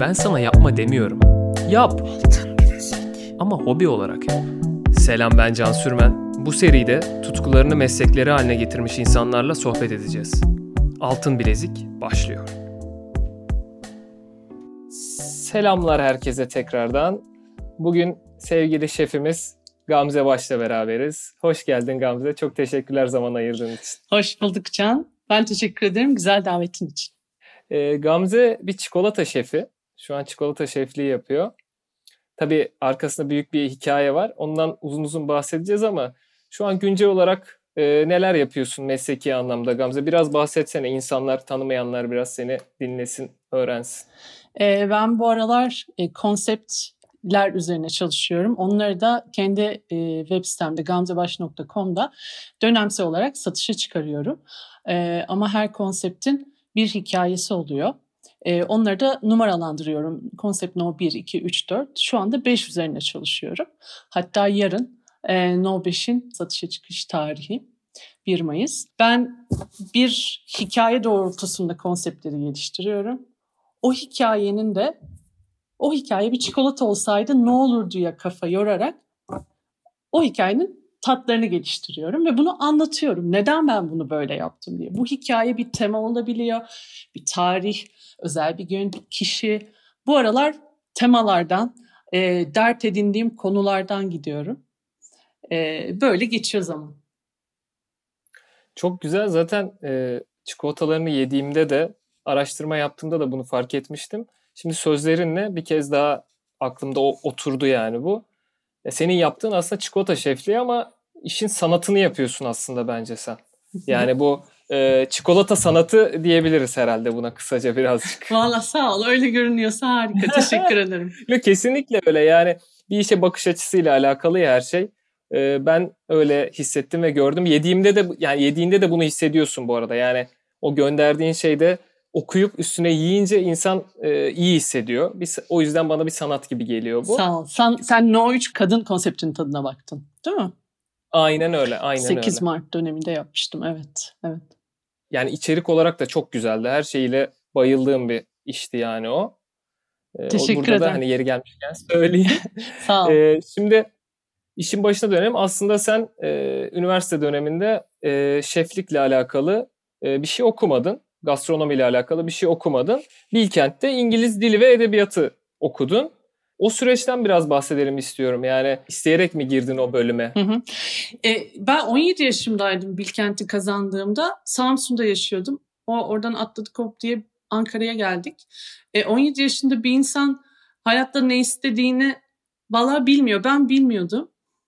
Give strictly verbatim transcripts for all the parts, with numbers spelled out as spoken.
Ben sana yapma demiyorum. Yap. Ama hobi olarak yap. Selam, ben Can Sürmen. Bu seride tutkularını meslekleri haline getirmiş insanlarla sohbet edeceğiz. Altın Bilezik başlıyor. Selamlar herkese tekrardan. Bugün sevgili şefimiz Gamze Baş'la beraberiz. Hoş geldin Gamze. Çok teşekkürler zaman ayırdığın için. Hoş bulduk Can. Ben teşekkür ederim güzel davetin için. Ee, Gamze bir çikolata şefi. Şu an çikolata şefliği yapıyor. Tabii arkasında büyük bir hikaye var. Ondan uzun uzun bahsedeceğiz ama şu an güncel olarak e, neler yapıyorsun mesleki anlamda Gamze? Biraz bahsetsene. İnsanlar, tanımayanlar biraz seni dinlesin, öğrensin. Ee, ben bu aralar e, konseptler üzerine çalışıyorum. Onları da kendi e, web sitemde gamzebaş nokta com'da dönemsel olarak satışa çıkarıyorum. E, ama her konseptin bir hikayesi oluyor. E, onları da numaralandırıyorum. Konsept No bir, iki, üç, dört. Şu anda beş üzerine çalışıyorum. Hatta yarın e, No beşin satışa çıkış tarihi bir Mayıs. Ben bir hikaye doğrultusunda konseptleri geliştiriyorum. O hikayenin de o hikaye bir çikolata olsaydı ne olurdu ya kafa yorarak o hikayenin tatlarını geliştiriyorum ve bunu anlatıyorum. Neden ben bunu böyle yaptım diye. Bu hikaye bir tema olabiliyor, bir tarih, özel bir gün, bir kişi. Bu aralar temalardan, e, dert edindiğim konulardan gidiyorum. E, böyle geçiyor zaman. Çok güzel. Zaten e, çikolatalarını yediğimde de, araştırma yaptığımda da bunu fark etmiştim. Şimdi sözlerinle bir kez daha aklımda o, oturdu yani bu. Ya senin yaptığın aslında çikolata şefliği ama işin sanatını yapıyorsun aslında bence sen. Yani bu e, çikolata sanatı diyebiliriz herhalde buna kısaca birazcık. Valla sağ ol. Öyle görünüyorsa harika. Teşekkür ederim. Kesinlikle öyle. Yani bir işe bakış açısıyla alakalı ya her şey. E, ben öyle hissettim ve gördüm. Yediğimde de yani yediğinde de bunu hissediyorsun bu arada. Yani o gönderdiğin şeyde okuyup üstüne yiyince insan e, iyi hissediyor. Bir, o yüzden bana bir sanat gibi geliyor bu. Sağ ol. Sen, sen No üç kadın konseptinin tadına baktın, değil mi? Aynen öyle, aynen öyle. sekiz Mart döneminde yapmıştım, evet, evet. Yani içerik olarak da çok güzeldi. Her şeyiyle bayıldığım bir işti yani o. Ee, Teşekkür burada ederim. da hani yeri gelmişken söyleyeyim. Sağ ol. Ee, şimdi işin başına dönelim. Aslında sen e, üniversite döneminde e, şeflikle alakalı e, bir şey okumadın. Gastronomiyle alakalı bir şey okumadın. Bilkent'te İngiliz Dili ve Edebiyatı okudun. O süreçten biraz bahsedelim istiyorum. Yani isteyerek mi girdin o bölüme? Hı hı. E, ben on yedi yaşımdaydım Bilkent'i kazandığımda. Samsun'da yaşıyordum. O oradan atladık hop diye Ankara'ya geldik. E, on yedi yaşında bir insan hayatta ne istediğini vallahi bilmiyor. Ben bilmiyordum.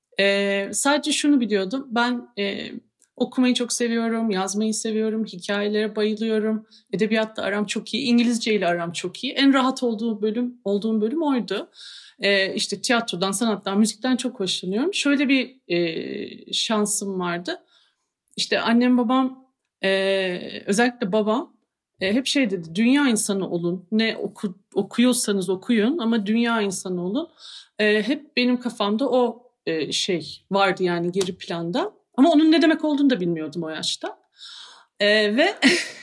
E, sadece şunu biliyordum. Ben e, okumayı çok seviyorum, yazmayı seviyorum, hikayelere bayılıyorum. Edebiyatla aram çok iyi, İngilizce ile aram çok iyi. En rahat olduğu bölüm, olduğum bölüm oydu. Ee, işte tiyatrodan, sanattan, müzikten çok hoşlanıyorum. Şöyle bir e, şansım vardı. İşte annem babam, e, özellikle babam e, hep şey dedi, dünya insanı olun. Ne oku, okuyorsanız okuyun ama dünya insanı olun. E, hep benim kafamda o e, şey vardı yani geri planda. Ama onun ne demek olduğunu da bilmiyordum o yaşta. Ee, ve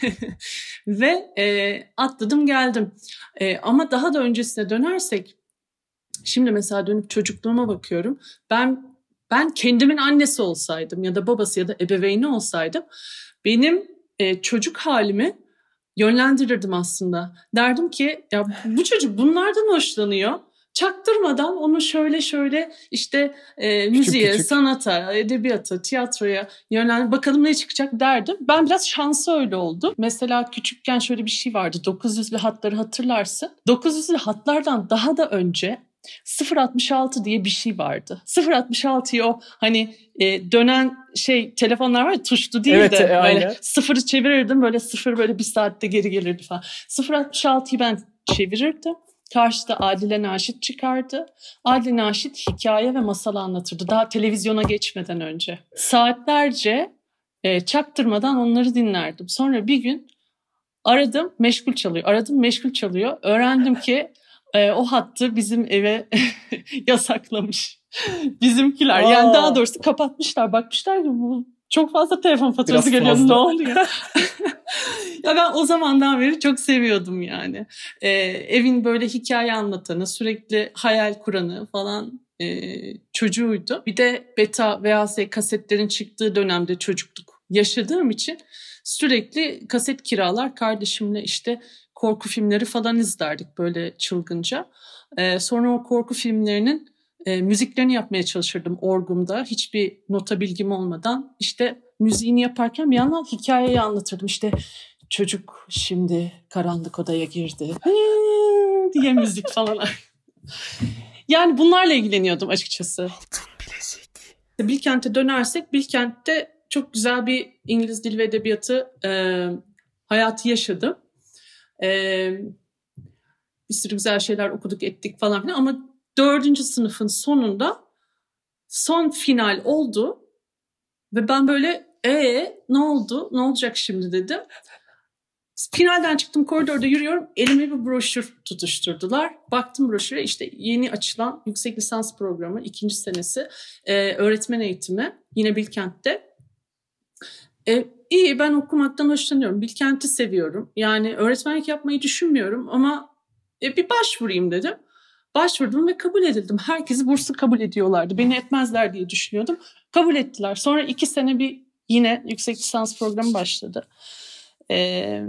ve e, atladım geldim. E, ama daha da öncesine dönersek, şimdi mesela dönüp çocukluğuma bakıyorum. Ben ben kendimin annesi olsaydım ya da babası ya da ebeveyni olsaydım, benim e, çocuk halimi yönlendirirdim aslında. Derdim ki ya bu çocuk bunlardan hoşlanıyor. Çaktırmadan onu şöyle şöyle işte e, müziğe, küçük, küçük. sanata, edebiyata, tiyatroya yönlendir. Bakalım ne çıkacak derdim. Ben biraz şansı öyle oldu. Mesela küçükken şöyle bir şey vardı. dokuz yüzlü hatları hatırlarsın. dokuz yüzlü hatlardan daha da önce sıfır altmış altı diye bir şey vardı. sıfır altmış altıyı o hani e, dönen şey telefonlar var ya, tuşlu değil evet, de e, böyle sıfırı çevirirdim, böyle sıfır böyle bir saatte geri gelirdi falan. sıfır altmış altıyı ben çevirirdim. Karşıda Adile Naşit çıkardı. Adile Naşit hikaye ve masal anlatırdı. Daha televizyona geçmeden önce. Saatlerce e, çaktırmadan onları dinlerdim. Sonra bir gün aradım, meşgul çalıyor. Aradım, meşgul çalıyor. Öğrendim ki e, o hattı bizim eve yasaklamış bizimkiler. Aa. Yani daha doğrusu kapatmışlar. Bakmışlar ki bu Çok fazla telefon faturası geliyor. Ne oluyor? Ya ben o zamandan beri çok seviyordum yani. Ee, evin böyle hikaye anlatanı, sürekli hayal kuranı falan e, çocuğuydu. Bir de beta V H S kasetlerin çıktığı dönemde çocukluk yaşadığım için sürekli kaset kiralar, kardeşimle işte korku filmleri falan izlerdik böyle çılgınca. Ee, sonra o korku filmlerinin e, müziklerini yapmaya çalışırdım orgumda. Hiçbir nota bilgim olmadan. İşte müziğini yaparken bir yandan hikayeyi anlatırdım. İşte çocuk şimdi karanlık odaya girdi diye müzik falan. Yani bunlarla ilgileniyordum açıkçası. Bilkent'e dönersek, Bilkent'te çok güzel bir İngiliz Dili ve Edebiyatı e, hayatı yaşadım. E, bir sürü güzel şeyler okuduk, ettik falan filan. Ama dördüncü sınıfın sonunda son final oldu. Ve ben böyle ee ne oldu, ne olacak şimdi dedim. Finalden çıktım, koridorda yürüyorum. Elime bir broşür tutuşturdular. Baktım broşüre, işte yeni açılan yüksek lisans programı ikinci senesi e, öğretmen eğitimi. Yine Bilkent'te. E, iyi, ben okumaktan hoşlanıyorum. Bilkent'i seviyorum. Yani öğretmenlik yapmayı düşünmüyorum ama e, bir başvurayım dedim. Başvurdum ve kabul edildim. Herkesi burslu kabul ediyorlardı. Beni etmezler diye düşünüyordum. Kabul ettiler. Sonra iki sene bir yine yüksek lisans programı başladı. Ee,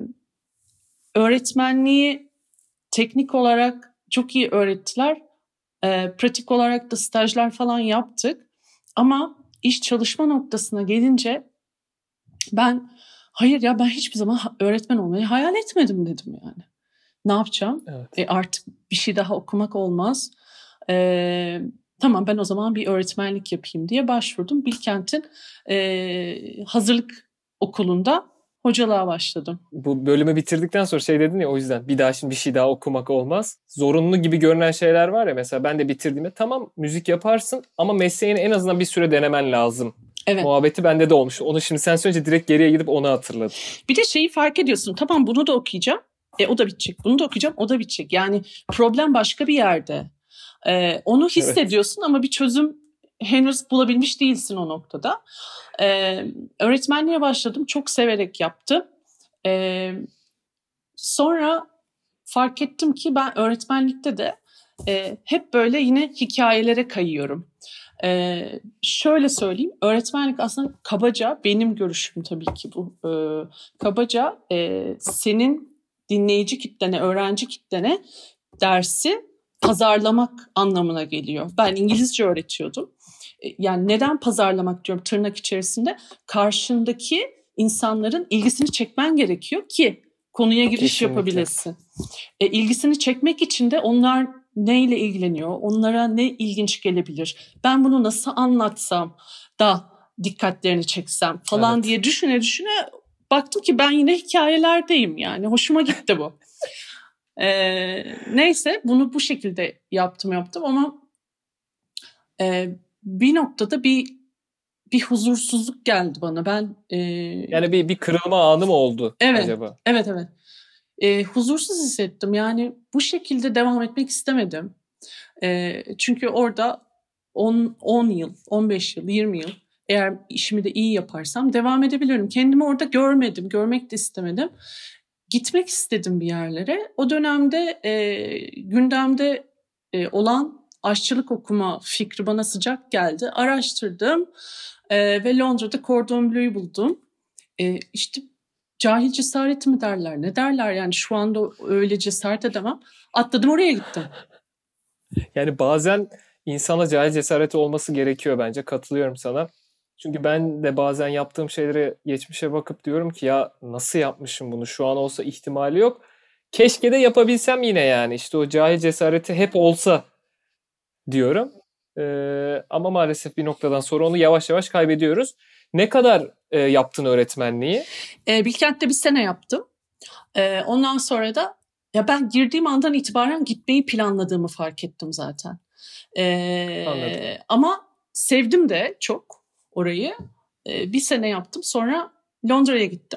öğretmenliği teknik olarak çok iyi öğrettiler. Ee, pratik olarak da stajlar falan yaptık. Ama iş çalışma noktasına gelince ben hayır ya ben hiçbir zaman öğretmen olmayı hayal etmedim dedim yani. Ne yapacağım? Evet. E artık bir şey daha okumak olmaz. E, tamam ben o zaman bir öğretmenlik yapayım diye başvurdum. Bilkent'in e, hazırlık okulunda hocalığa başladım. Bu bölümü bitirdikten sonra şey dedin ya, o yüzden bir daha şimdi bir şey daha okumak olmaz. Zorunlu gibi görünen şeyler var ya, mesela ben de bitirdiğimde tamam müzik yaparsın ama mesleğini en azından bir süre denemen lazım. Evet. Muhabbeti bende de olmuş. Onu şimdi sen söyleyince direkt geriye gidip onu hatırladım. Bir de şeyi fark ediyorsun. Tamam bunu da okuyacağım. E o da bitecek. Bunu da okuyacağım. O da bitecek. Yani problem başka bir yerde. E, onu hissediyorsun evet. Ama bir çözüm henüz bulabilmiş değilsin o noktada. E, öğretmenliğe başladım. Çok severek yaptım. E, sonra fark ettim ki ben öğretmenlikte de e, hep böyle yine hikayelere kayıyorum. Ee, şöyle söyleyeyim, öğretmenlik aslında kabaca, benim görüşüm tabii ki bu, ee, kabaca e, senin dinleyici kitlene, öğrenci kitlene dersi pazarlamak anlamına geliyor. Ben İngilizce öğretiyordum. Ee, yani neden pazarlamak diyorum tırnak içerisinde? Karşındaki insanların ilgisini çekmen gerekiyor ki konuya giriş Kesinlikle. yapabilesin. E, ilgisini çekmek için de onlar neyle ilgileniyor, onlara ne ilginç gelebilir, ben bunu nasıl anlatsam da dikkatlerini çeksem falan evet. diye düşüne düşüne baktım ki ben yine hikayelerdeyim yani hoşuma gitti bu. ee, neyse bunu bu şekilde yaptım yaptım ama e, bir noktada bir bir huzursuzluk geldi bana. Ben e, yani bir bir kırılma anı mı oldu evet, acaba? Evet evet. E, huzursuz hissettim. Yani bu şekilde devam etmek istemedim. E, çünkü orada on yıl, on beş yıl, yirmi yıl eğer işimi de iyi yaparsam devam edebilirim. Kendimi orada görmedim, görmek de istemedim. Gitmek istedim bir yerlere. O dönemde e, gündemde e, olan aşçılık okuma fikri bana sıcak geldi. Araştırdım e, ve Londra'da Cordon Bleu'yu buldum. E, işte cahil cesareti mi derler, ne derler yani şu anda öyle cesaret edemem. Atladım oraya gittim. Yani bazen insana cahil cesareti olması gerekiyor bence. Katılıyorum sana. Çünkü ben de bazen yaptığım şeylere geçmişe bakıp diyorum ki ya nasıl yapmışım bunu? Şu an olsa ihtimali yok. Keşke de yapabilsem yine yani. İşte o cahil cesareti hep olsa diyorum. Ee, ama maalesef bir noktadan sonra onu yavaş yavaş kaybediyoruz. Ne kadar e, yaptın öğretmenliği? E, Bilkent'te bir sene yaptım. E, ondan sonra da ya ben girdiğim andan itibaren gitmeyi planladığımı fark ettim zaten. E, Anladım. Ama sevdim de çok orayı. E, bir sene yaptım. Sonra Londra'ya gittim.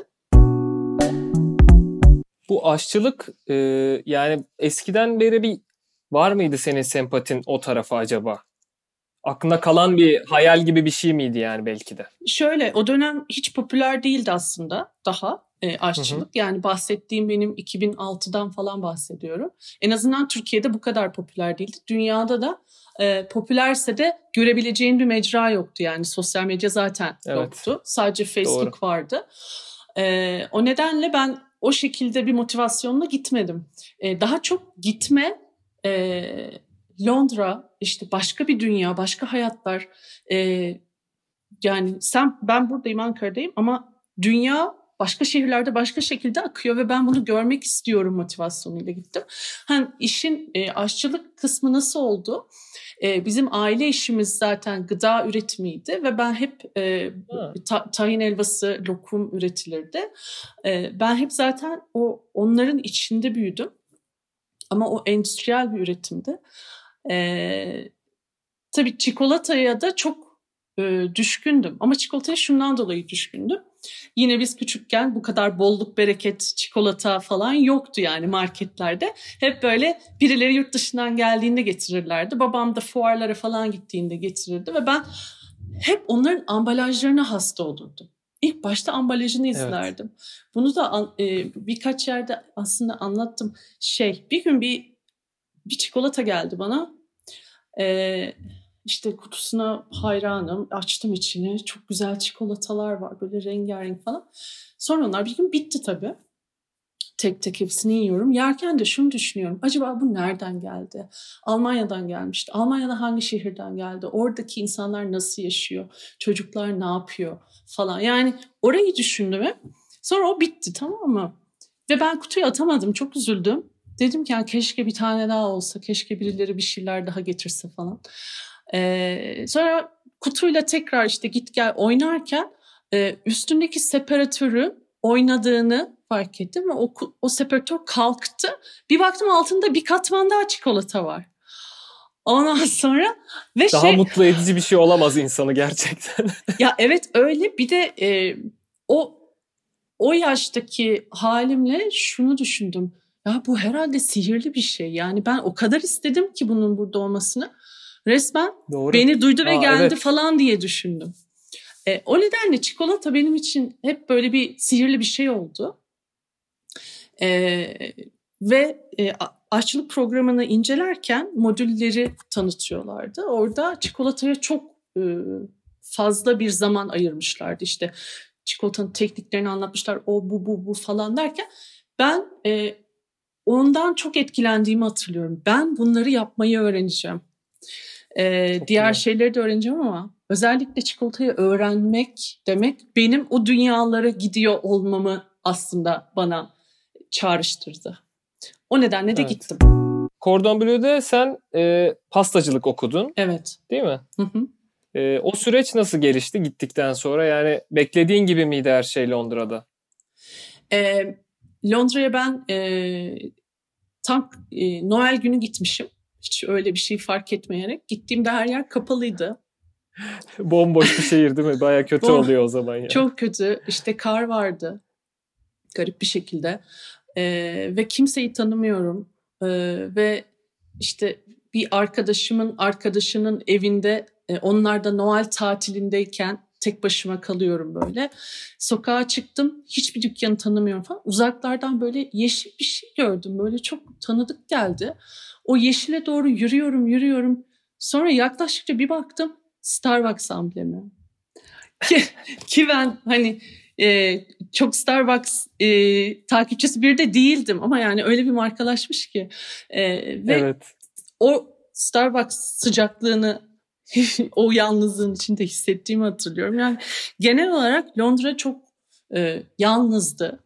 Bu aşçılık e, yani eskiden beri bir var mıydı senin sempatin o tarafa acaba? aklına kalan bir hayal gibi bir şey miydi yani belki de? Şöyle, o dönem hiç popüler değildi aslında daha e, aşçılık. Hı hı. Yani bahsettiğim benim iki bin altıdan falan bahsediyorum. En azından Türkiye'de bu kadar popüler değildi. Dünyada da e, popülerse de görebileceğin bir mecra yoktu. Yani sosyal medya zaten evet. yoktu. Sadece Facebook Doğru. vardı. E, o nedenle ben o şekilde bir motivasyonla gitmedim. E, daha çok gitme... E, Londra, işte başka bir dünya, başka hayatlar. Ee, yani sen, ben buradayım, Ankara'dayım ama dünya başka şehirlerde başka şekilde akıyor ve ben bunu görmek istiyorum motivasyonuyla gittim. Hani işin e, aşçılık kısmı nasıl oldu? E, bizim aile işimiz zaten gıda üretimiydi ve ben hep e, ta, tahin helvası, lokum üretilirdi. E, ben hep zaten o onların içinde büyüdüm. Ama o endüstriyel bir üretimdi. Ee, tabii çikolataya da çok e, düşkündüm. Ama çikolataya şundan dolayı düşkündüm. Yine biz küçükken bu kadar bolluk, bereket, çikolata falan yoktu yani marketlerde. Hep böyle birileri yurt dışından geldiğinde getirirlerdi. Babam da fuarlara falan gittiğinde getirirdi. Ve ben hep onların ambalajlarına hasta olurdum. İlk başta ambalajını izlerdim. Evet. Bunu da e, birkaç yerde aslında anlattım. Şey, bir gün bir bir çikolata geldi bana. E, işte kutusuna hayranım. Açtım içini. Çok güzel çikolatalar var. Böyle rengarenk falan. Sonra onlar bir gün bitti tabii. Tek tek hepsini yiyorum. Yerken de şunu düşünüyorum. Acaba bu nereden geldi? Almanya'dan gelmişti. Almanya'da hangi şehirden geldi? Oradaki insanlar nasıl yaşıyor? Çocuklar ne yapıyor? Falan. Yani orayı düşündüm hep. Sonra o bitti, tamam mı? Ve ben kutuya atamadım. Çok üzüldüm. Dedim ki yani keşke bir tane daha olsa. Keşke birileri bir şeyler daha getirse falan. Ee, sonra kutuyla tekrar işte git gel oynarken e, üstündeki separatörü oynadığını fark ettim ve o, o separatör kalktı. Bir baktım altında bir katman daha çikolata var. Ondan sonra ve daha şey, mutlu edici bir şey olamaz insanı gerçekten. Ya evet öyle. Bir de e, o o yaştaki halimle şunu düşündüm. Ya bu herhalde sihirli bir şey. Yani ben o kadar istedim ki bunun burada olmasını. Resmen Doğru. beni duydu ve Aa, geldi evet. falan diye düşündüm. E, o nedenle çikolata benim için hep böyle bir sihirli bir şey oldu. E, ve e, aşçılık programını incelerken modülleri tanıtıyorlardı. Orada çikolataya çok e, fazla bir zaman ayırmışlardı. İşte çikolatanın tekniklerini anlatmışlar. O bu bu bu falan derken ben e, ondan çok etkilendiğimi hatırlıyorum. Ben bunları yapmayı öğreneceğim. E, diğer iyi. şeyleri de öğreneceğim ama özellikle çikolatayı öğrenmek demek benim o dünyalara gidiyor olmamı aslında bana çağrıştırdı. O nedenle de evet. gittim. Cordon Bleu'de sen e, pastacılık okudun. Evet. Değil mi? Hı hı. E, o süreç nasıl gelişti gittikten sonra? Yani beklediğin gibi miydi her şey Londra'da? E, Londra'ya ben e, tam e, Noel günü gitmişim. Hiç öyle bir şey fark etmeyerek. Gittiğimde her yer kapalıydı. Bomboş bir şehir değil mi? Baya kötü Bom- oluyor o zaman. Yani. Çok kötü. İşte kar vardı. Garip bir şekilde. Ee, ve kimseyi tanımıyorum. Ee, ve işte bir arkadaşımın arkadaşının evinde e, onlar da Noel tatilindeyken tek başıma kalıyorum böyle. Sokağa çıktım. Hiçbir dükkanı tanımıyorum falan. Uzaklardan böyle yeşil bir şey gördüm. Böyle çok tanıdık geldi. O yeşile doğru yürüyorum, yürüyorum. Sonra yaklaştıkça bir baktım. Starbucks amblemi. ki, ki ben hani e, çok Starbucks e, takipçisi bir de değildim. Ama yani öyle bir markalaşmış ki. E, ve evet. O Starbucks sıcaklığını o yalnızlığın içinde hissettiğimi hatırlıyorum. Yani genel olarak Londra çok e, yalnızdı.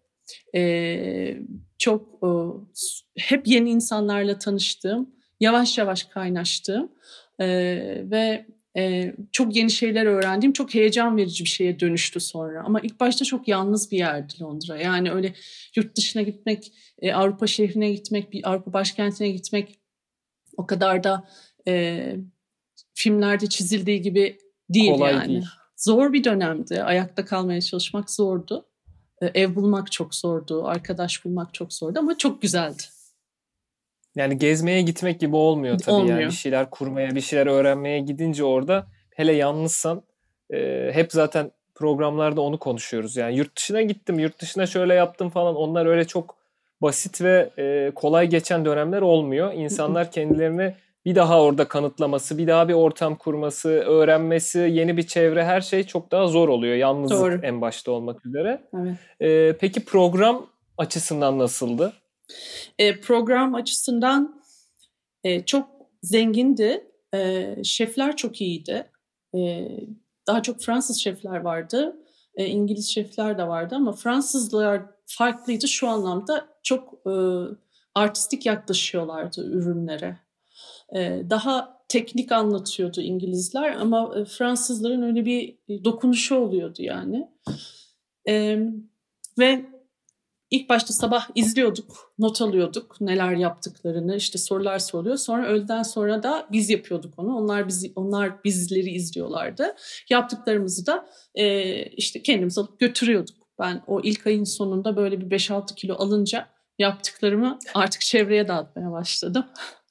E, çok e, hep yeni insanlarla tanıştığım, yavaş yavaş kaynaştığım e, ve e, çok yeni şeyler öğrendiğim, çok heyecan verici bir şeye dönüştü sonra. Ama ilk başta çok yalnız bir yerdi Londra. Yani öyle yurt dışına gitmek, e, Avrupa şehrine gitmek, bir Avrupa başkentine gitmek o kadar da e, filmlerde çizildiği gibi değil Kolay yani. Değil. Zor bir dönemdi. Ayakta kalmaya çalışmak zordu. E, ev bulmak çok zordu. Arkadaş bulmak çok zordu ama çok güzeldi. Yani gezmeye gitmek gibi olmuyor tabii. Olmuyor. Yani bir şeyler kurmaya, bir şeyler öğrenmeye gidince orada, hele yalnızsan, e, hep zaten programlarda onu konuşuyoruz. Yani yurt dışına gittim, yurt dışına şöyle yaptım falan, onlar öyle çok basit ve e, kolay geçen dönemler olmuyor. İnsanlar kendilerini bir daha orada kanıtlaması, bir daha bir ortam kurması, öğrenmesi, yeni bir çevre, her şey çok daha zor oluyor. Yalnızlık Doğru. en başta olmak üzere. Evet. E, peki program açısından nasıldı? E, program açısından e, çok zengindi. E, şefler çok iyiydi. E, daha çok Fransız şefler vardı. E, İngiliz şefler de vardı ama Fransızlar farklıydı şu anlamda. Çok e, artistik yaklaşıyorlardı ürünlere. E, daha teknik anlatıyordu İngilizler ama e, Fransızların öyle bir dokunuşu oluyordu yani. E, ve İlk başta sabah izliyorduk, not alıyorduk neler yaptıklarını, işte sorular soruluyor. Sonra öğleden sonra da biz yapıyorduk onu. Onlar bizi, onlar bizleri izliyorlardı. Yaptıklarımızı da e, işte kendimiz alıp götürüyorduk. Ben o ilk ayın sonunda böyle bir beş altı kilo alınca yaptıklarımı artık çevreye dağıtmaya başladım.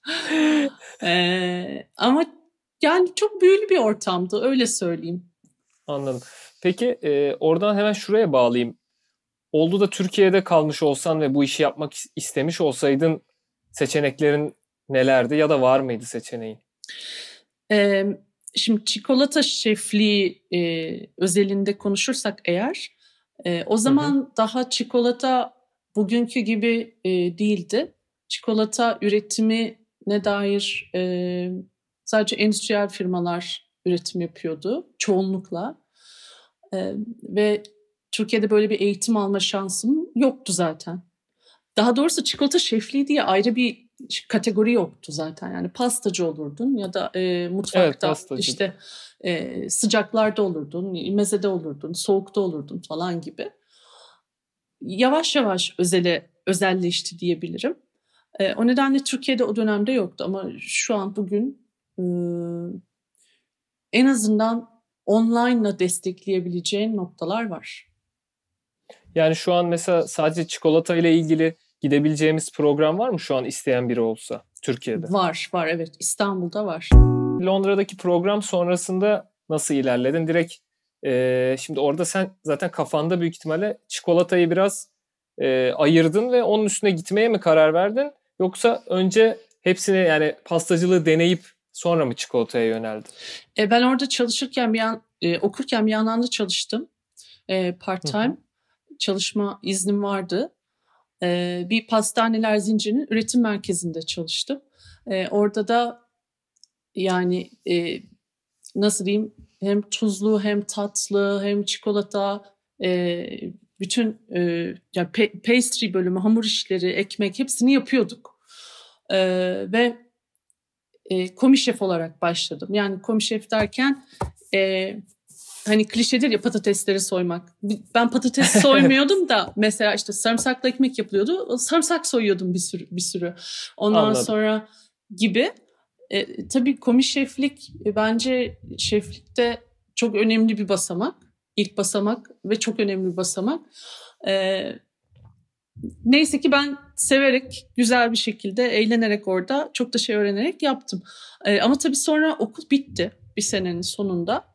e, ama yani çok büyülü bir ortamdı, öyle söyleyeyim. Anladım. Peki e, oradan hemen şuraya bağlayayım. Oldu da Türkiye'de kalmış olsan ve bu işi yapmak istemiş olsaydın, seçeneklerin nelerdi ya da var mıydı seçeneğin? Ee, şimdi çikolata şefliği e, özelinde konuşursak eğer, e, o zaman hı hı. daha çikolata bugünkü gibi e, değildi. Çikolata üretimine dair e, sadece endüstriyel firmalar üretim yapıyordu çoğunlukla. E, ve Türkiye'de böyle bir eğitim alma şansım yoktu zaten. Daha doğrusu çikolata şefliği diye ayrı bir kategori yoktu zaten. Yani pastacı olurdun ya da e, mutfakta evet, işte e, sıcaklarda olurdun, mezede olurdun, soğukta olurdun falan gibi. Yavaş yavaş özele özelleşti diyebilirim. E, o nedenle Türkiye'de o dönemde yoktu ama şu an bugün e, en azından online'la destekleyebileceğin noktalar var. Yani şu an mesela sadece çikolata ile ilgili gidebileceğimiz program var mı şu an, isteyen biri olsa Türkiye'de? Var, var evet. İstanbul'da var. Londra'daki program sonrasında nasıl ilerledin? Direkt e, şimdi orada sen zaten kafanda büyük ihtimalle çikolatayı biraz e, ayırdın ve onun üstüne gitmeye mi karar verdin? Yoksa önce hepsini, yani pastacılığı deneyip sonra mı çikolataya yöneldin? E, ben orada çalışırken bir yan, e, okurken bir yandan da çalıştım. E, part time. Hı hı. Çalışma iznim vardı. Ee, bir pastaneler zincirinin üretim merkezinde çalıştım. Ee, orada da yani e, nasıl diyeyim, hem tuzlu hem tatlı hem çikolata, e, bütün e, yani pe- pastry bölümü, hamur işleri, ekmek, hepsini yapıyorduk. Ee, ve e, komi şef olarak başladım. Yani komi şef derken e, hani klişedir ya patatesleri soymak. Ben patates soymuyordum da mesela işte sarımsaklı ekmek yapılıyordu. Sarımsak soyuyordum bir sürü. Bir sürü. Ondan Anladım. sonra gibi. E, tabii komi şeflik e, bence şeflikte çok önemli bir basamak. İlk basamak ve çok önemli bir basamak. E, neyse ki ben severek, güzel bir şekilde, eğlenerek orada çok da şey öğrenerek yaptım. E, ama tabii sonra okul bitti bir senenin sonunda.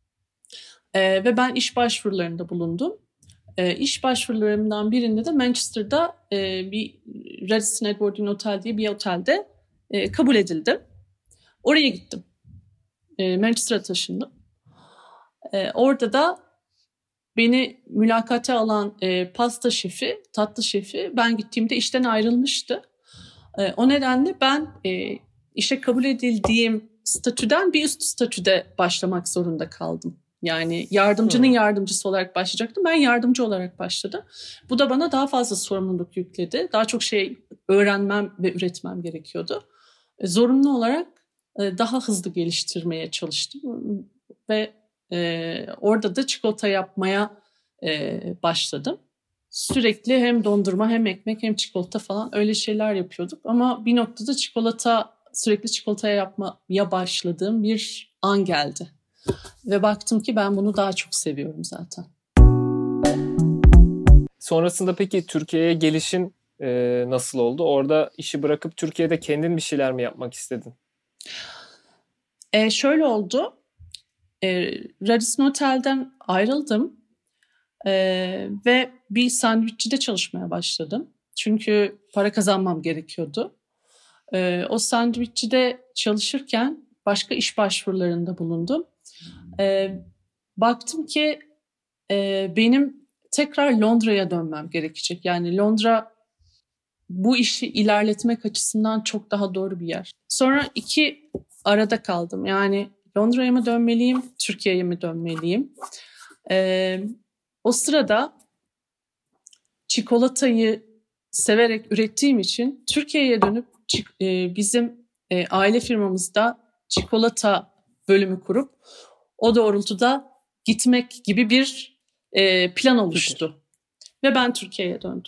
Ee, ve ben iş başvurularında bulundum. Ee, iş başvurularımdan birinde de Manchester'da e, bir Radisson Edwardine Hotel diye bir otelde e, kabul edildim. Oraya gittim. E, Manchester'a taşındım. E, orada da beni mülakata alan e, pasta şefi, tatlı şefi ben gittiğimde işten ayrılmıştı. E, o nedenle ben e, işe kabul edildiğim statüden bir üst statüde başlamak zorunda kaldım. Yani yardımcının hmm. yardımcısı olarak başlayacaktım. Ben yardımcı olarak başladım. Bu da bana daha fazla sorumluluk yükledi. Daha çok şey öğrenmem ve üretmem gerekiyordu. E, zorunlu olarak e, daha hızlı geliştirmeye çalıştım. Ve e, orada da çikolata yapmaya e, başladım. Sürekli hem dondurma hem ekmek hem çikolata falan öyle şeyler yapıyorduk. Ama bir noktada çikolata, sürekli çikolataya yapmaya başladığım bir an geldi. Ve baktım ki ben bunu daha çok seviyorum zaten. Sonrasında peki Türkiye'ye gelişin e, nasıl oldu? Orada işi bırakıp Türkiye'de kendin bir şeyler mi yapmak istedin? E, şöyle oldu. E, Radisson Otel'den ayrıldım. E, ve bir sandviççide çalışmaya başladım. Çünkü para kazanmam gerekiyordu. E, o sandviççide çalışırken başka iş başvurularında bulundum. E, baktım ki e, benim tekrar Londra'ya dönmem gerekecek. Yani Londra bu işi ilerletmek açısından çok daha doğru bir yer. Sonra iki arada kaldım. Yani Londra'ya mı dönmeliyim, Türkiye'ye mi dönmeliyim? Ee, o sırada çikolatayı severek ürettiğim için Türkiye'ye dönüp e, bizim e, aile firmamızda çikolata bölümü kurup o doğrultuda gitmek gibi bir e, plan oluştu. Ve ben Türkiye'ye döndüm.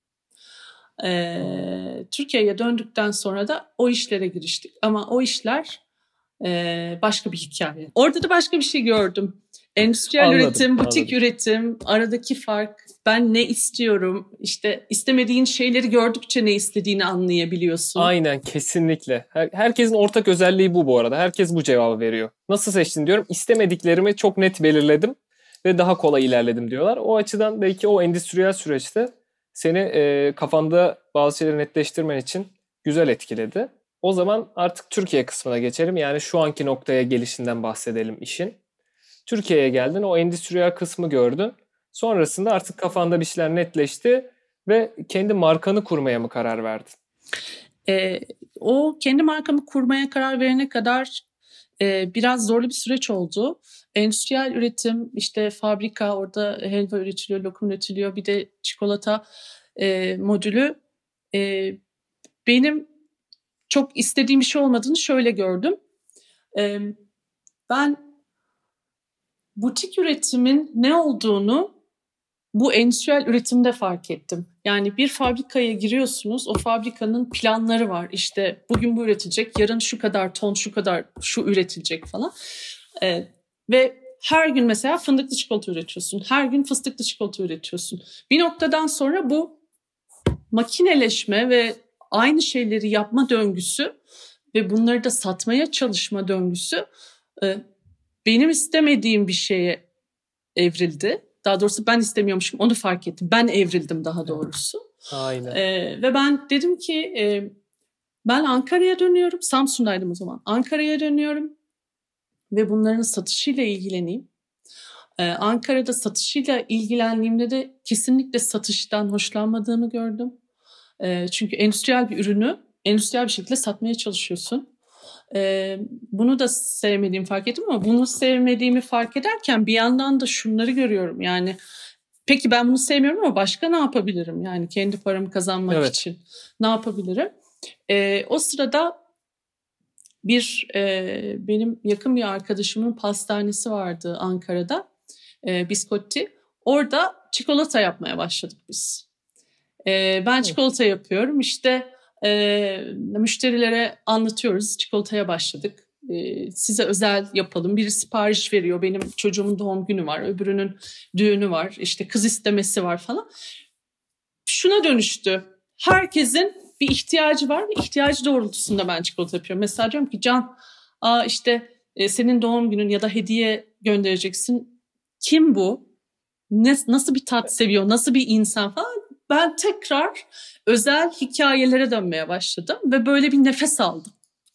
Ee, Türkiye'ye döndükten sonra da o işlere giriştik. Ama o işler e, başka bir hikaye. Orada da başka bir şey gördüm. Endüstriyel Anladım, üretim, butik anladım. üretim, aradaki fark. Ben ne istiyorum? İşte istemediğin şeyleri gördükçe ne istediğini anlayabiliyorsun. Aynen, kesinlikle. Her, herkesin ortak özelliği bu bu arada. Herkes bu cevabı veriyor. Nasıl seçtin diyorum. İstemediklerimi çok net belirledim ve daha kolay ilerledim diyorlar. O açıdan belki o endüstriyel süreçte seni e, kafanda bazı şeyleri netleştirmen için güzel etkiledi. O zaman artık Türkiye kısmına geçelim. Yani şu anki noktaya gelişinden bahsedelim işin. Türkiye'ye geldin, o endüstriyel kısmı gördün. Sonrasında artık kafanda bir şeyler netleşti ve kendi markanı kurmaya mı karar verdin? E, o kendi markamı kurmaya karar verene kadar e, biraz zorlu bir süreç oldu. Endüstriyel üretim, işte fabrika, orada helva üretiliyor, lokum üretiliyor, bir de çikolata e, modülü. E, benim çok istediğim bir şey olmadığını şöyle gördüm. E, ben butik üretimin ne olduğunu bu endüstriyel üretimde fark ettim. Yani bir fabrikaya giriyorsunuz, o fabrikanın planları var. İşte bugün bu üretilecek, yarın şu kadar ton, şu kadar şu üretilecek falan. Ee, ve her gün mesela fındıklı çikolata üretiyorsun, her gün fıstıklı çikolata üretiyorsun. Bir noktadan sonra bu makineleşme ve aynı şeyleri yapma döngüsü ve bunları da satmaya çalışma döngüsü e, benim istemediğim bir şeye evrildi. Daha doğrusu ben istemiyormuşum, onu fark ettim. Ben evrildim daha doğrusu. Aynen. Ee, ve ben dedim ki e, ben Ankara'ya dönüyorum. Samsun'daydım o zaman. Ankara'ya dönüyorum ve bunların satışıyla ilgileneyim. Ee, Ankara'da satışıyla ilgilendiğimde de kesinlikle satıştan hoşlanmadığımı gördüm. Ee, çünkü endüstriyel bir ürünü endüstriyel bir şekilde satmaya çalışıyorsun. Ee, bunu da sevmediğimi fark ettim ama bunu sevmediğimi fark ederken bir yandan da şunları görüyorum. Yani peki ben bunu sevmiyorum ama başka ne yapabilirim? Yani kendi paramı kazanmak evet. için ne yapabilirim? Ee, o sırada bir e, benim yakın bir arkadaşımın pastanesi vardı Ankara'da, e, Biscotti. Orada çikolata yapmaya başladık biz. E, ben çikolata yapıyorum. İşte e, müşterilere anlatıyoruz. Çikolataya başladık. E, size özel yapalım. Biri sipariş veriyor. Benim çocuğumun doğum günü var. Öbürünün düğünü var. İşte kız istemesi var falan. Şuna dönüştü. Herkesin bir ihtiyacı var ve ihtiyacı doğrultusunda ben çikolata yapıyorum. Mesela diyorum ki Can, aa işte e, senin doğum günün ya da hediye göndereceksin. Kim bu? Ne, nasıl bir tat seviyor? Nasıl bir insan falan? Ben tekrar özel hikayelere dönmeye başladım ve böyle bir nefes aldım.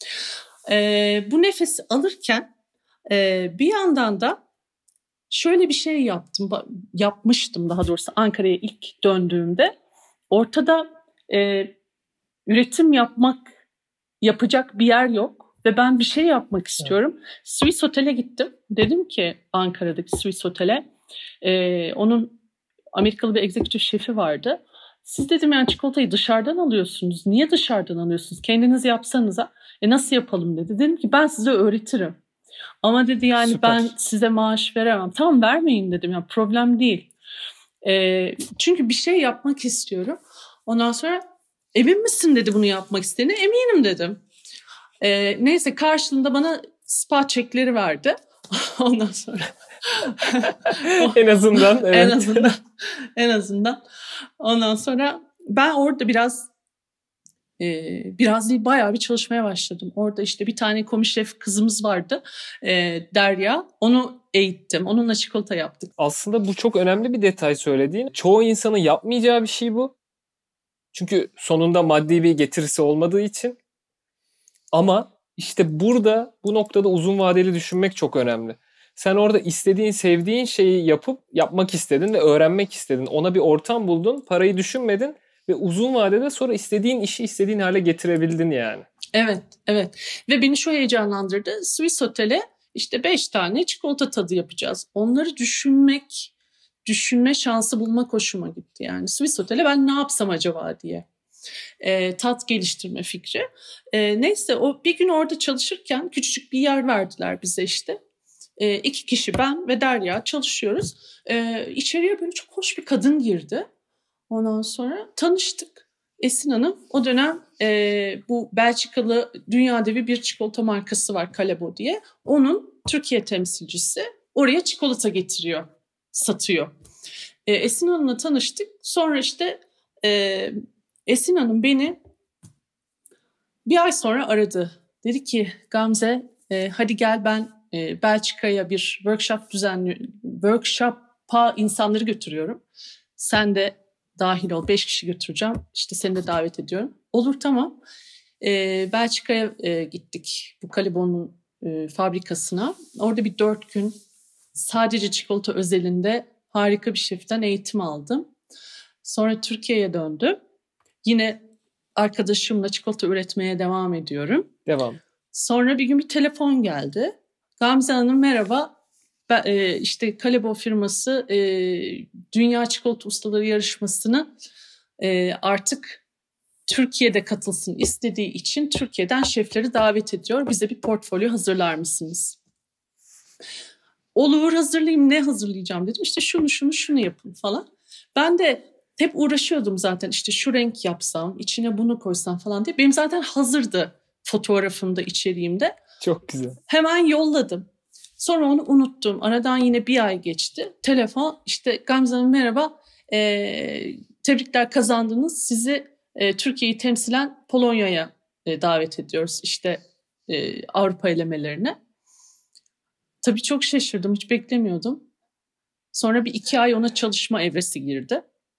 E, bu nefesi alırken e, bir yandan da şöyle bir şey yaptım, yapmıştım daha doğrusu Ankara'ya ilk döndüğümde. Ortada e, üretim yapmak, yapacak bir yer yok ve ben bir şey yapmak istiyorum. Evet. Swiss Hotel'e gittim. Dedim ki Ankara'daki Swiss Hotel'e, e, onun Amerikalı bir executive şefi vardı. Siz dedim yani çikolatayı dışarıdan alıyorsunuz. Niye dışarıdan alıyorsunuz? Kendiniz yapsanıza. E nasıl yapalım dedi. Dedim ki ben size öğretirim. Ama dedi yani Süper. Ben size maaş veremem. Tamam vermeyin dedim. Yani problem değil. E, çünkü bir şey yapmak istiyorum. Ondan sonra emin misin dedi bunu yapmak istediğine. Eminim dedim. E, neyse karşılığında bana spa çekleri verdi. Ondan sonra en azından evet. en azından en azından ondan sonra ben orada biraz e, biraz değil bayağı bir çalışmaya başladım. Orada işte bir tane komi şef kızımız vardı, e, Derya. Onu eğittim. Onunla çikolata yaptık. Aslında bu çok önemli bir detay söylediğin. Çoğu insanın yapmayacağı bir şey bu. Çünkü sonunda maddi bir getirisi olmadığı için. Ama işte burada bu noktada uzun vadeli düşünmek çok önemli. Sen orada istediğin, sevdiğin şeyi yapıp yapmak istedin ve öğrenmek istedin. Ona bir ortam buldun, parayı düşünmedin ve uzun vadede sonra istediğin işi istediğin hale getirebildin yani. Evet, evet. Ve beni şu heyecanlandırdı. Swiss Hotel'e işte beş tane çikolata tadı yapacağız. Onları düşünmek, düşünme şansı bulmak hoşuma gitti. Yani Swiss Hotel'e ben ne yapsam acaba diye. E, tat geliştirme fikri. E, neyse o bir gün orada çalışırken küçücük bir yer verdiler bize işte. E, iki kişi ben ve Derya çalışıyoruz. E, içeriye böyle çok hoş bir kadın girdi. Ondan sonra tanıştık. Esin Hanım o dönem e, bu Belçikalı dünya devi bir çikolata markası var Callebaut diye. Onun Türkiye temsilcisi oraya çikolata getiriyor, satıyor. E, Esin Hanım'la tanıştık. Sonra işte e, Esin Hanım beni bir ay sonra aradı. Dedi ki Gamze e, hadi gel ben e, Belçika'ya bir workshop düzenli workshop'a insanları götürüyorum. Sen de dahil ol. Beş kişi götüreceğim. İşte seni de davet ediyorum. Olur tamam. E, Belçika'ya e, gittik. Bu Callebaut'un e, fabrikasına. Orada bir dört gün sadece çikolata özelinde harika bir şeften eğitim aldım. Sonra Türkiye'ye döndüm. Yine arkadaşımla çikolata üretmeye devam ediyorum. Devam. Sonra bir gün bir telefon geldi. Gamze Hanım merhaba. Ben, e, işte Callebaut firması e, Dünya Çikolata Ustaları Yarışması'nı e, artık Türkiye'de katılsın istediği için Türkiye'den şefleri davet ediyor. Bize bir portfolyo hazırlar mısınız? Olur hazırlayayım. Ne hazırlayacağım dedim. İşte şunu şunu şunu yapın falan. Ben de hep uğraşıyordum zaten işte şu renk yapsam, içine bunu koysam falan diye. Benim zaten hazırdı fotoğrafımda, içeriğimde. Çok güzel. Hemen yolladım. Sonra onu unuttum. Aradan yine bir ay geçti. Telefon işte Gamze Hanım merhaba. Ee, tebrikler kazandınız. Sizi e, Türkiye'yi temsilen Polonya'ya e, davet ediyoruz. İşte e, Avrupa elemelerine. Tabii çok şaşırdım. Hiç beklemiyordum. Sonra bir iki ay ona çalışma evresi girdi.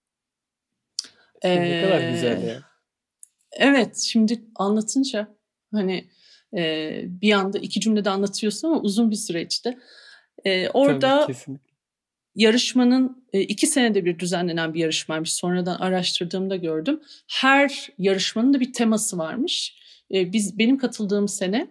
Ne kadar güzel ya. Evet, şimdi anlatınca hani e, bir anda iki cümlede anlatıyorsun ama uzun bir süreçti. E, orada Tabii, yarışmanın e, iki senede bir düzenlenen bir yarışmaymış. Sonradan araştırdığımda gördüm. Her yarışmanın da bir teması varmış. E, biz benim katıldığım sene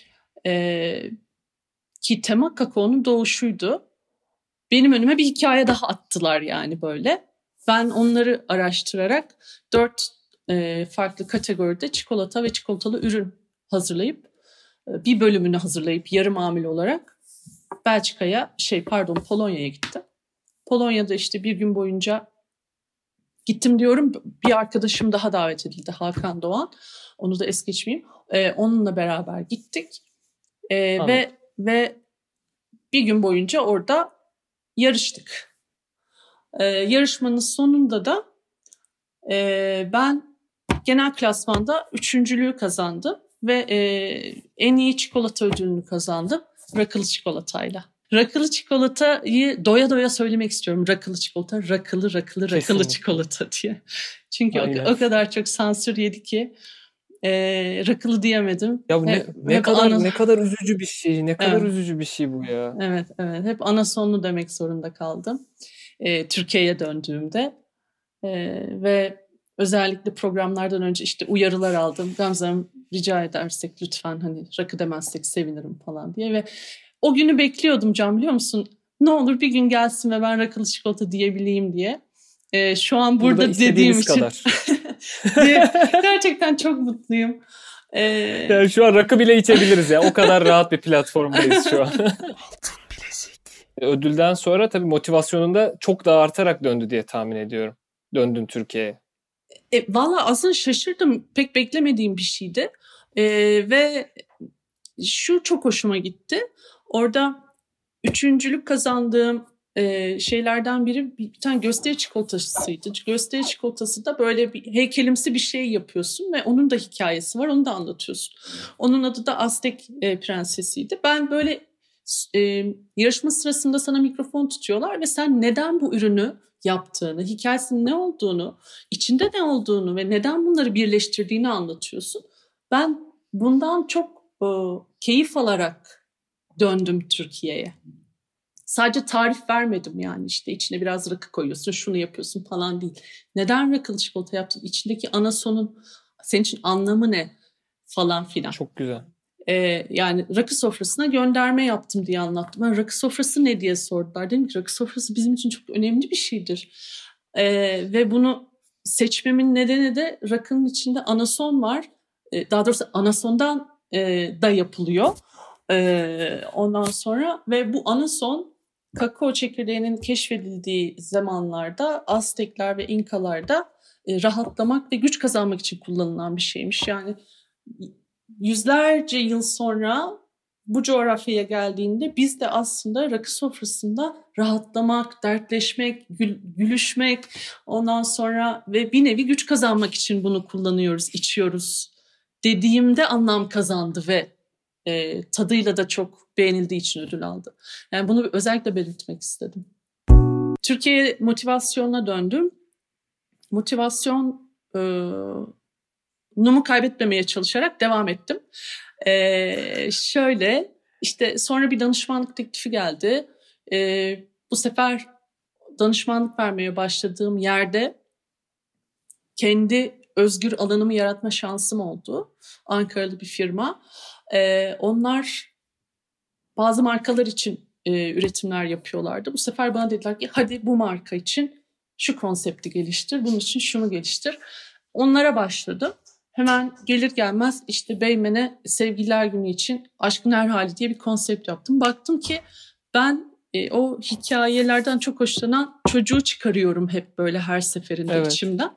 e, ki tema kakaonun doğuşuydu. Benim önüme bir hikaye daha attılar yani böyle. Ben onları araştırarak dört e, farklı kategoride çikolata ve çikolatalı ürün hazırlayıp e, bir bölümünü hazırlayıp yarı mamul olarak Belçika'ya şey pardon Polonya'ya gittim. Polonya'da işte bir gün boyunca gittim diyorum. Bir arkadaşım daha davet edildi, Hakan Doğan. Onu da es geçmeyeyim. E, onunla beraber gittik e, ve ve bir gün boyunca orada yarıştık. Ee, yarışmanın sonunda da e, ben genel klasmanda üçüncülüğü kazandım ve e, en iyi çikolata ödülünü kazandım rakılı çikolatayla. Rakılı çikolatayı doya doya söylemek istiyorum. Rakılı çikolata, rakılı rakılı rakılı Kesinlikle. Çikolata diye. Çünkü o, o kadar çok sansür yedi ki e, rakılı diyemedim. Ya ne, hep, ne hep kadar ana... ne kadar üzücü bir şey. Ne kadar evet. üzücü bir şey bu ya. Evet, evet. Hep ana sonlu demek zorunda kaldım. E, Türkiye'ye döndüğümde e, ve özellikle programlardan önce işte uyarılar aldım. Gamze Hanım rica edersek lütfen hani rakı demezsek sevinirim falan diye ve o günü bekliyordum Can biliyor musun? Ne olur bir gün gelsin ve ben rakılı çikolata diyebileyim diye. E, şu an burada, burada dediğim için kadar. gerçekten çok mutluyum. Ee, yani şu an rakı bile içebiliriz ya. O kadar rahat bir platformdayız şu an. Ödülden sonra tabii motivasyonun da çok daha artarak döndü diye tahmin ediyorum. Döndün Türkiye'ye. E, Valla aslında şaşırdım. Pek beklemediğim bir şeydi. E, ve şu çok hoşuma gitti. Orada üçüncülük kazandığım e, şeylerden biri bir, bir tane gösteri çikolatasıydı. Gösteri çikolatası da böyle bir heykelimsi bir şey yapıyorsun ve onun da hikayesi var, onu da anlatıyorsun. Onun adı da Aztek e, Prensesiydi. Ben böyle e, yarışma sırasında sana mikrofon tutuyorlar ve sen neden bu ürünü yaptığını, hikayesinin ne olduğunu, içinde ne olduğunu ve neden bunları birleştirdiğini anlatıyorsun. Ben bundan çok e, keyif alarak döndüm Türkiye'ye. Sadece tarif vermedim yani işte içine biraz rakı koyuyorsun, şunu yapıyorsun falan değil. Neden rakılı çikolata yaptın? İçindeki anasonun senin için anlamı ne falan filan. Çok güzel. Ee, yani rakı sofrasına gönderme yaptım diye anlattım. Ben rakı sofrası ne diye sordular. Dedim ki rakı sofrası bizim için çok önemli bir şeydir. Ee, ve bunu seçmemin nedeni de rakının içinde anason var. Ee, daha doğrusu anasondan e, da yapılıyor. Ee, ondan sonra ve bu anason kakao çekirdeğinin keşfedildiği zamanlarda Aztekler ve İnkalarda e, rahatlamak ve güç kazanmak için kullanılan bir şeymiş. Yani yüzlerce yıl sonra bu coğrafyaya geldiğinde biz de aslında rakı sofrasında rahatlamak, dertleşmek, gül, gülüşmek, ondan sonra ve bir nevi güç kazanmak için bunu kullanıyoruz, içiyoruz dediğimde anlam kazandı ve e, tadıyla da çok beğenildiği için ödül aldı. Yani bunu özellikle belirtmek istedim. Türkiye motivasyonuna döndüm. Motivasyon e, numu kaybetmemeye çalışarak devam ettim. Ee, şöyle işte sonra bir danışmanlık teklifi geldi. Ee, bu sefer danışmanlık vermeye başladığım yerde kendi özgür alanımı yaratma şansım oldu. Ankaralı bir firma. Ee, onlar bazı markalar için e, üretimler yapıyorlardı. Bu sefer bana dediler ki hadi bu marka için şu konsepti geliştir, bunun için şunu geliştir. Onlara başladım. Hemen gelir gelmez işte Beymen'e Sevgililer Günü için Aşkın Her Hali diye bir konsept yaptım. Baktım ki ben e, o hikayelerden çok hoşlanan çocuğu çıkarıyorum hep böyle her seferinde evet. içimden.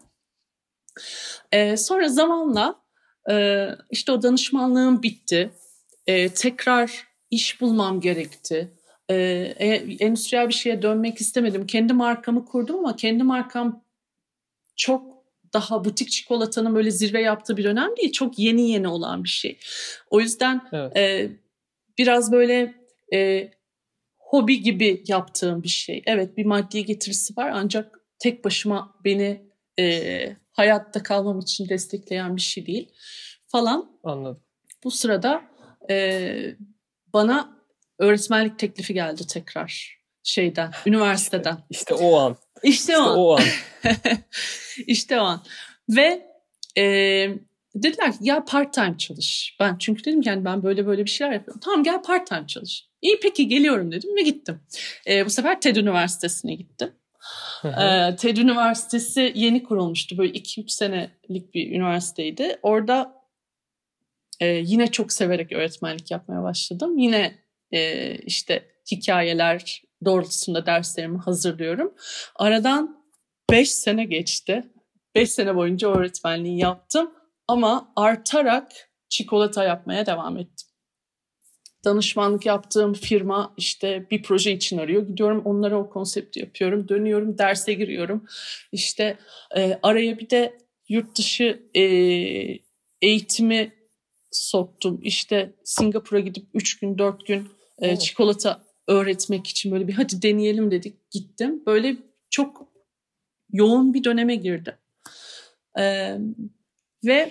E, sonra zamanla e, işte o danışmanlığım bitti. E, tekrar iş bulmam gerekti. E, e, endüstriyel bir şeye dönmek istemedim. Kendi markamı kurdum ama kendi markam çok daha butik çikolatanın böyle zirve yaptığı bir dönem değil. Çok yeni yeni olan bir şey. O yüzden evet. e, biraz böyle e, hobi gibi yaptığım bir şey. Evet bir maddi getirisi var ancak tek başıma beni e, hayatta kalmam için destekleyen bir şey değil falan. Anladım. Bu sırada e, bana öğretmenlik teklifi geldi tekrar şeyden, üniversiteden. İşte, işte o an. İşte, işte o an. O an. İşte o an. Ve e, dediler ki gel part time çalış. Ben çünkü dedim ki yani ben böyle böyle bir şeyler yapıyorum. Tamam gel part time çalış. İyi peki geliyorum dedim ve gittim. E, bu sefer TED Üniversitesi'ne gittim. e, TED Üniversitesi yeni kurulmuştu. Böyle iki üç senelik bir üniversiteydi. Orada e, yine çok severek öğretmenlik yapmaya başladım. Yine e, işte hikayeler doğrultusunda derslerimi hazırlıyorum. Aradan beş sene geçti. Beş sene boyunca öğretmenliği yaptım ama artarak çikolata yapmaya devam ettim. Danışmanlık yaptığım firma işte bir proje için arıyor. Gidiyorum onlara o konsepti yapıyorum. Dönüyorum derse giriyorum. İşte e, araya bir de yurt dışı e, eğitimi soktum. İşte Singapur'a gidip üç gün dört gün e, çikolata öğretmek için böyle bir hadi deneyelim dedik. Gittim. Böyle çok yoğun bir döneme girdim. Ee, ve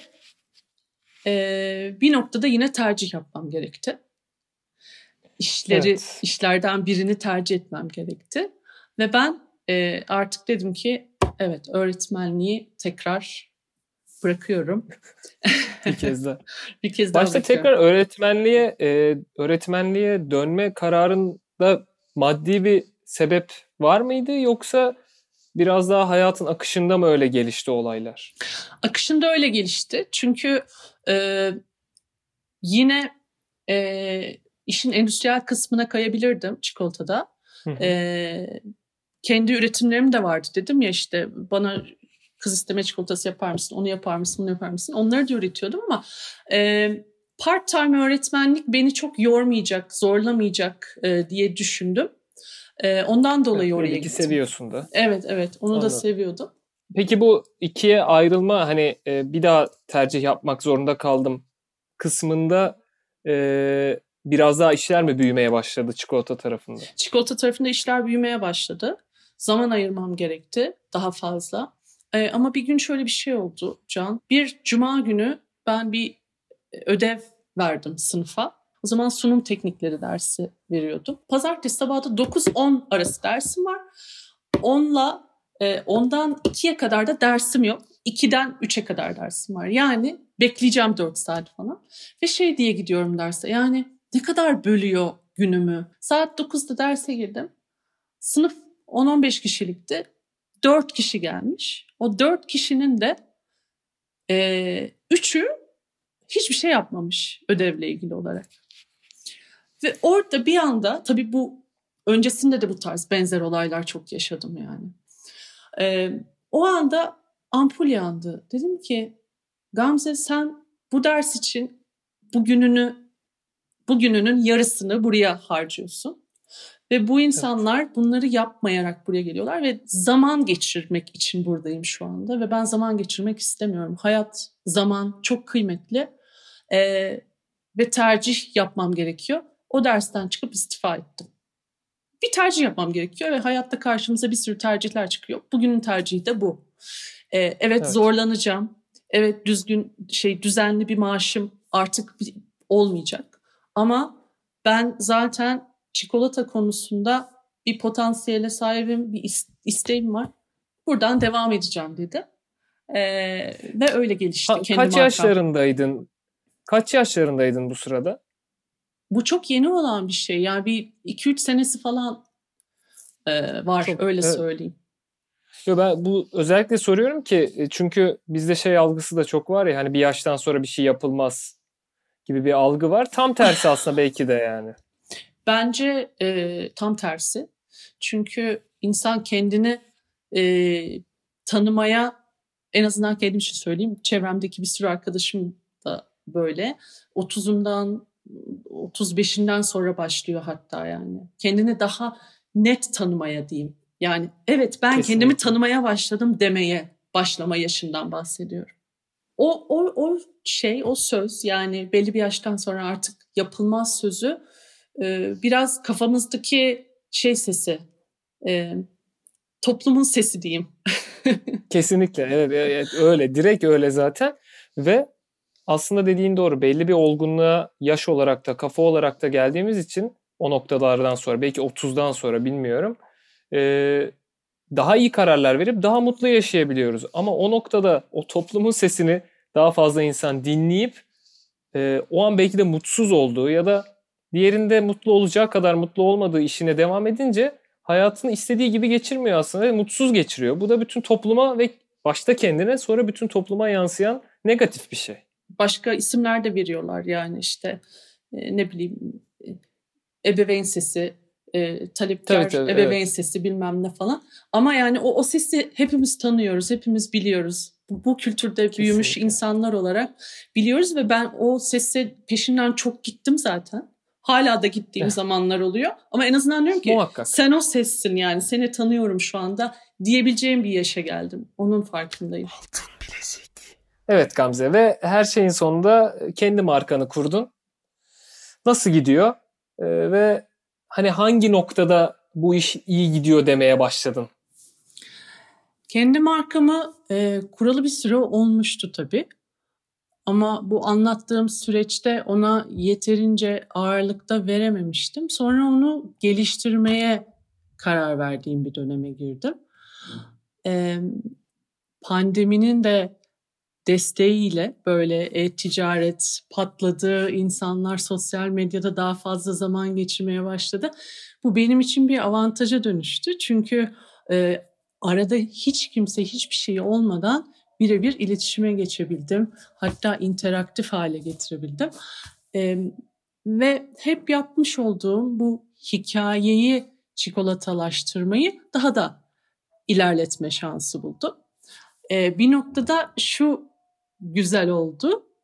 e, bir noktada yine tercih yapmam gerekti. İşleri, evet. işlerden birini tercih etmem gerekti. Ve ben e, artık dedim ki evet öğretmenliği tekrar bırakıyorum. bir kez daha. bir kez daha Başta bırakıyorum. Tekrar öğretmenliğe e, öğretmenliğe dönme kararında maddi bir sebep var mıydı yoksa biraz daha hayatın akışında mı öyle gelişti olaylar? Akışında öyle gelişti. Çünkü e, yine e, işin endüstriyel kısmına kayabilirdim çikolatada. E, kendi üretimlerim de vardı dedim ya işte bana kız isteme çikolatası yapar mısın, onu yapar mısın, bunu yapar mısın? Onları da üretiyordum ama e, part-time öğretmenlik beni çok yormayacak, zorlamayacak e, diye düşündüm. Ee, ondan dolayı evet, oraya gittim. gittim. Seviyorsun da. Evet evet onu Anladım. da seviyordum. Peki bu ikiye ayrılma hani e, bir daha tercih yapmak zorunda kaldım kısmında e, biraz daha işler mi büyümeye başladı çikolata tarafında? Çikolata tarafında işler büyümeye başladı. Zaman ayırmam gerekti daha fazla. Ee, ama bir gün şöyle bir şey oldu Can. Bir cuma günü ben bir ödev verdim sınıfa. O zaman sunum teknikleri dersi veriyordum. Pazartesi sabahı da dokuz on arası dersim var. onla ondan ikiye kadar da dersim yok. ikiden üçe kadar dersim var. Yani bekleyeceğim dört saat falan. Ve şey diye gidiyorum derse. Yani ne kadar bölüyor günümü. Saat dokuzda derse girdim. Sınıf on on beş kişilikti. dört kişi gelmiş. O dört kişinin de e, üçü hiçbir şey yapmamış ödevle ilgili olarak. Ve orada bir anda, tabii bu öncesinde de bu tarz benzer olaylar çok yaşadım yani. Ee, o anda ampul yandı. Dedim ki Gamze sen bu ders için bugününü, bugününün yarısını buraya harcıyorsun. Ve bu insanlar evet. bunları yapmayarak buraya geliyorlar ve zaman geçirmek için buradayım şu anda. Ve ben zaman geçirmek istemiyorum. Hayat, zaman çok kıymetli. Ee, ve tercih yapmam gerekiyor. O dersten çıkıp istifa ettim. Bir tercih yapmam gerekiyor ve hayatta karşımıza bir sürü tercihler çıkıyor. Bugünün tercihi de bu. Ee, evet, evet zorlanacağım. Evet düzgün şey düzenli bir maaşım artık olmayacak. Ama ben zaten çikolata konusunda bir potansiyele sahibim, bir isteğim var. Buradan devam edeceğim dedi. Ee, ve öyle gelişti. Ha, kaç yaşlarındaydın? Kaç yaşlarındaydın bu sırada? Bu çok yeni olan bir şey. Yani bir iki üç senesi falan e, var çok, öyle evet. söyleyeyim. Yo, ben bu özellikle soruyorum ki çünkü bizde şey algısı da çok var ya hani bir yaştan sonra bir şey yapılmaz gibi bir algı var. Tam tersi aslında belki de yani. Bence e, tam tersi. Çünkü insan kendini e, tanımaya, en azından kendim için söyleyeyim, çevremdeki bir sürü arkadaşım da böyle. otuzundan otuz beşinden sonra başlıyor hatta yani. Kendini daha net tanımaya diyeyim. Yani evet ben Kesinlikle. kendimi tanımaya başladım demeye başlama yaşından bahsediyorum. O, o, o şey, o söz yani belli bir yaştan sonra artık yapılmaz sözü e, biraz kafamızdaki şey sesi, e, toplumun sesi diyeyim. Kesinlikle evet, evet öyle direkt öyle zaten ve aslında dediğin doğru belli bir olgunluğa yaş olarak da kafa olarak da geldiğimiz için o noktalardan sonra belki otuzdan sonra bilmiyorum ee, daha iyi kararlar verip daha mutlu yaşayabiliyoruz. Ama o noktada o toplumun sesini daha fazla insan dinleyip e, o an belki de mutsuz olduğu ya da diğerinde mutlu olacağı kadar mutlu olmadığı işine devam edince hayatını istediği gibi geçirmiyor aslında ve mutsuz geçiriyor. Bu da bütün topluma ve başta kendine sonra bütün topluma yansıyan negatif bir şey. Başka isimler de veriyorlar yani işte e, ne bileyim e, ebeveyn sesi, e, talepkar tabii, tabii, ebeveyn evet. sesi bilmem ne falan. Ama yani o, o sesi hepimiz tanıyoruz, hepimiz biliyoruz. Bu, bu kültürde Kesinlikle. büyümüş insanlar olarak biliyoruz ve ben o sesi peşinden çok gittim zaten. Hala da gittiğim evet. zamanlar oluyor. Ama en azından diyorum ki Muhakkak. sen o sessin yani seni tanıyorum şu anda diyebileceğim bir yaşa geldim. Onun farkındayım. Altın bilezik. Evet Gamze ve her şeyin sonunda kendi markanı kurdun. Nasıl gidiyor? Ee, ve hani hangi noktada bu iş iyi gidiyor demeye başladın? Kendi markamı e, kuralı bir süre olmuştu tabii. Ama bu anlattığım süreçte ona yeterince ağırlıkta verememiştim. Sonra onu geliştirmeye karar verdiğim bir döneme girdim. Ee, pandeminin de desteğiyle böyle e-ticaret patladı, insanlar sosyal medyada daha fazla zaman geçirmeye başladı. Bu benim için bir avantaja dönüştü. Çünkü e, arada hiç kimse hiçbir şey olmadan birebir iletişime geçebildim. Hatta interaktif hale getirebildim. Ee, ve hep yapmış olduğum bu hikayeyi çikolatalaştırmayı daha da ilerletme şansı buldum. Ee, bir noktada şu güzel oldu.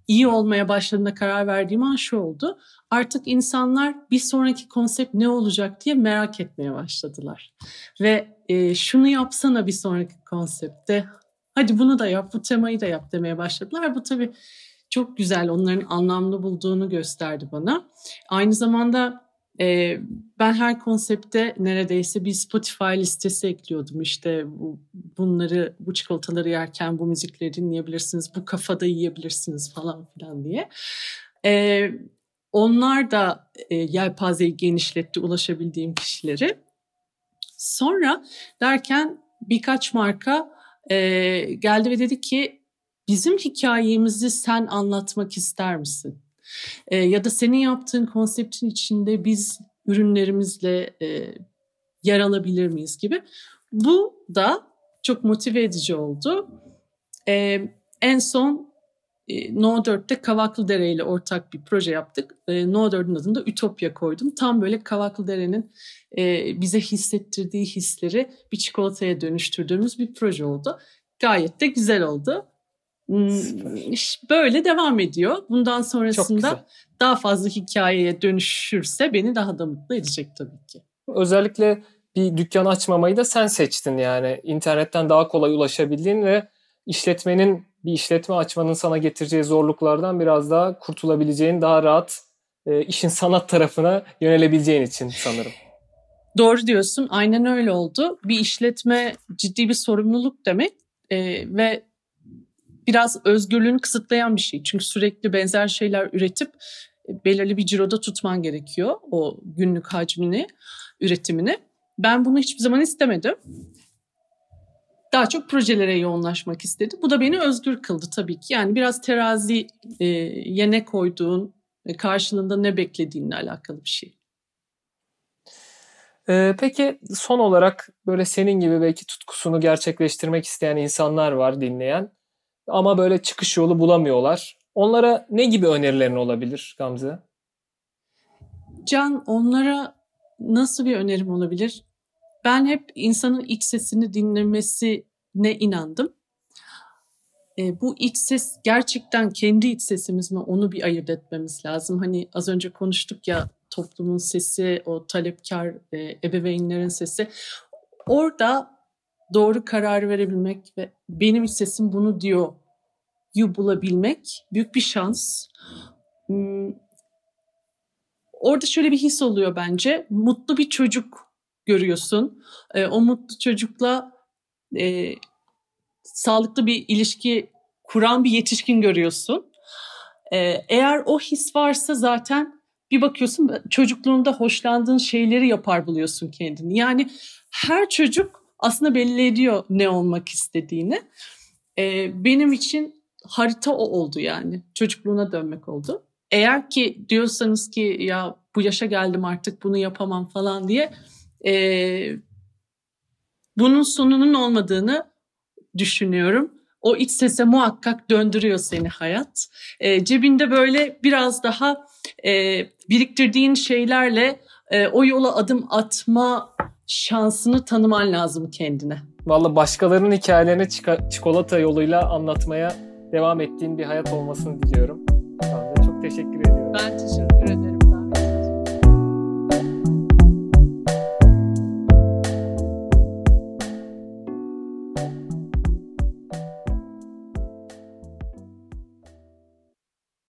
iyi olmaya başladığına karar verdiğim an şu oldu. Artık insanlar bir sonraki konsept ne olacak diye merak etmeye başladılar. Ve e, şunu yapsana bir sonraki konsepte, hadi bunu da yap, bu temayı da yap demeye başladılar. Bu tabii çok güzel, onların anlamlı bulduğunu gösterdi bana. Aynı zamanda e, ben her konsepte neredeyse bir Spotify listesi ekliyordum. İşte bu, bunları, bu çikolataları yerken bu müzikleri dinleyebilirsiniz, bu kafada yiyebilirsiniz falan filan diye. E, onlar da e, yelpazeyi genişletti, ulaşabildiğim kişileri. Sonra derken birkaç marka e, geldi ve dedi ki bizim hikayemizi sen anlatmak ister misin? E, ya da senin yaptığın konseptin içinde biz ürünlerimizle e, yer alabilir miyiz gibi. Bu da çok motive edici oldu. E, en son e, No dörtte Kavaklıdere ile ortak bir proje yaptık. E, No dört'ün adını da Ütopya koydum. Tam böyle Kavaklıdere'nin e, bize hissettirdiği hisleri bir çikolataya dönüştürdüğümüz bir proje oldu. Gayet de güzel oldu. Süper. Böyle devam ediyor. Bundan sonrasında daha fazla hikayeye dönüşürse beni daha da mutlu edecek tabii ki. Özellikle bir dükkan açmamayı da sen seçtin yani. İnternetten daha kolay ulaşabildiğin ve işletmenin, bir işletme açmanın sana getireceği zorluklardan biraz daha kurtulabileceğin, daha rahat e, işin sanat tarafına yönelebileceğin için sanırım. Doğru diyorsun. Aynen öyle oldu. Bir işletme ciddi bir sorumluluk demek e, ve biraz özgürlüğünü kısıtlayan bir şey. Çünkü sürekli benzer şeyler üretip belirli bir ciroda tutman gerekiyor o günlük hacmini, üretimini. Ben bunu hiçbir zaman istemedim. Daha çok projelere yoğunlaşmak istedim. Bu da beni özgür kıldı tabii ki. Yani biraz teraziye e, ne koyduğun, karşılığında ne beklediğinle alakalı bir şey. Ee, peki son olarak böyle senin gibi belki tutkusunu gerçekleştirmek isteyen insanlar var, dinleyen. Ama böyle çıkış yolu bulamıyorlar. Onlara ne gibi önerilerin olabilir Gamze? Can, onlara nasıl bir önerim olabilir? Ben hep insanın iç sesini dinlemesine inandım. E, bu iç ses gerçekten kendi iç sesimiz mi? Onu bir ayırt etmemiz lazım. Hani az önce konuştuk ya, toplumun sesi, o talepkar e, ebeveynlerin sesi. Orada doğru karar verebilmek ve benim iç sesim bunu diyor yu bulabilmek büyük bir şans. Hmm. Orada şöyle bir his oluyor bence. Mutlu bir çocuk görüyorsun. E, o mutlu çocukla e, sağlıklı bir ilişki kuran bir yetişkin görüyorsun. E, eğer o his varsa zaten bir bakıyorsun çocukluğunda hoşlandığın şeyleri yapar buluyorsun kendini. Yani her çocuk aslında belli ediyor ne olmak istediğini. E, benim için harita o oldu yani. Çocukluğuna dönmek oldu. Eğer ki diyorsanız ki ya bu yaşa geldim artık bunu yapamam falan diye e, bunun sonunun olmadığını düşünüyorum. O iç sese muhakkak döndürüyor seni hayat. E, cebinde böyle biraz daha e, biriktirdiğin şeylerle e, o yola adım atma şansını tanıman lazım kendine. Vallahi başkalarının hikayelerini çika- çikolata yoluyla anlatmaya devam ettiğin bir hayat olmasını diliyorum. Ben de çok teşekkür ediyorum. Ben teşekkür ederim.